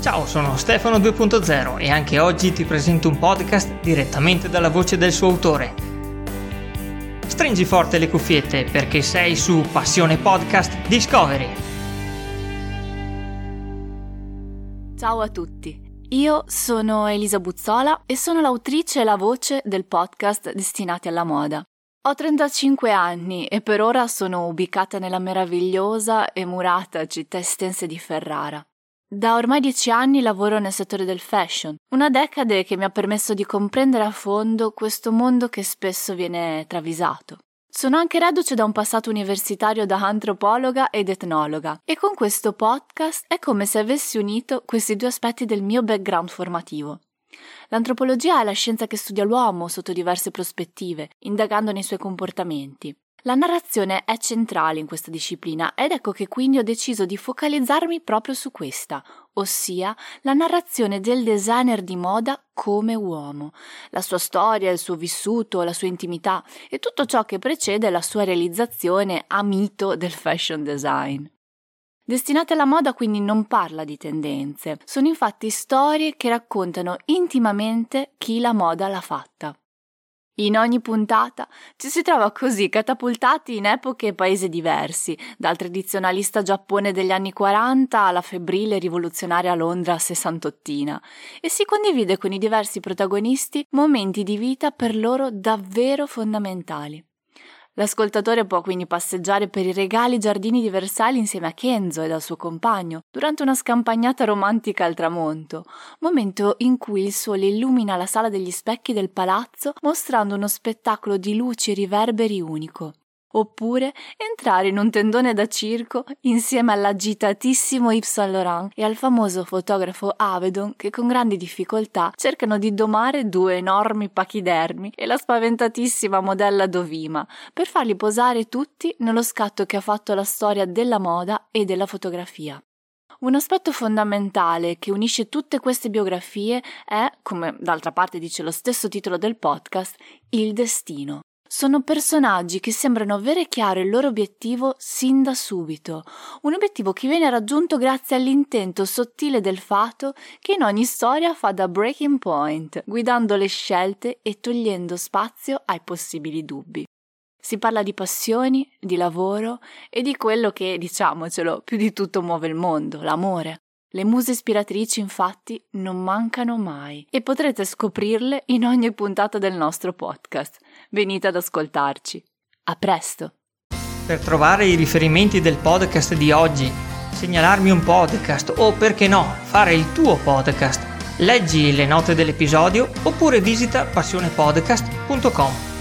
Ciao, sono Stefano 2.0 e anche oggi ti presento un podcast direttamente dalla voce del suo autore. Stringi forte le cuffiette perché sei su Passione Podcast Discovery. Ciao a tutti, io sono Elisa Buzzola e sono l'autrice e la voce del podcast Destinati alla Moda. Ho 35 anni e per ora sono ubicata nella meravigliosa e murata città estense di Ferrara. Da ormai 10 anni lavoro nel settore del fashion, una decade che mi ha permesso di comprendere a fondo questo mondo che spesso viene travisato. Sono anche reduce da un passato universitario da antropologa ed etnologa e con questo podcast è come se avessi unito questi due aspetti del mio background formativo. L'antropologia è la scienza che studia l'uomo sotto diverse prospettive, indagando nei suoi comportamenti. La narrazione è centrale in questa disciplina ed ecco che quindi ho deciso di focalizzarmi proprio su questa, ossia la narrazione del designer di moda come uomo, la sua storia, il suo vissuto, la sua intimità e tutto ciò che precede la sua realizzazione a mito del fashion design. Destinate alla moda quindi non parla di tendenze, sono infatti storie che raccontano intimamente chi la moda l'ha fatta. In ogni puntata ci si trova così catapultati in epoche e paesi diversi, dal tradizionalista Giappone degli anni 40 alla febbrile rivoluzionaria Londra sessantottina, e si condivide con i diversi protagonisti momenti di vita per loro davvero fondamentali. L'ascoltatore può quindi passeggiare per i regali giardini di Versailles insieme a Kenzo e al suo compagno, durante una scampagnata romantica al tramonto, momento in cui il sole illumina la sala degli specchi del palazzo mostrando uno spettacolo di luci e riverberi unico. Oppure entrare in un tendone da circo insieme all'agitatissimo Yves Saint Laurent e al famoso fotografo Avedon che con grandi difficoltà cercano di domare due enormi pachidermi e la spaventatissima modella Dovima per farli posare tutti nello scatto che ha fatto la storia della moda e della fotografia. Un aspetto fondamentale che unisce tutte queste biografie è, come d'altra parte dice lo stesso titolo del podcast, il destino. Sono personaggi che sembrano avere chiaro il loro obiettivo sin da subito, un obiettivo che viene raggiunto grazie all'intento sottile del fato che in ogni storia fa da breaking point, guidando le scelte e togliendo spazio ai possibili dubbi. Si parla di passioni, di lavoro e di quello che, diciamocelo, più di tutto muove il mondo, l'amore. Le muse ispiratrici infatti non mancano mai e potrete scoprirle in ogni puntata del nostro podcast. Venite ad ascoltarci. A presto! Per trovare i riferimenti del podcast di oggi, segnalarmi un podcast o, perché no, fare il tuo podcast, leggi le note dell'episodio oppure visita passionepodcast.com.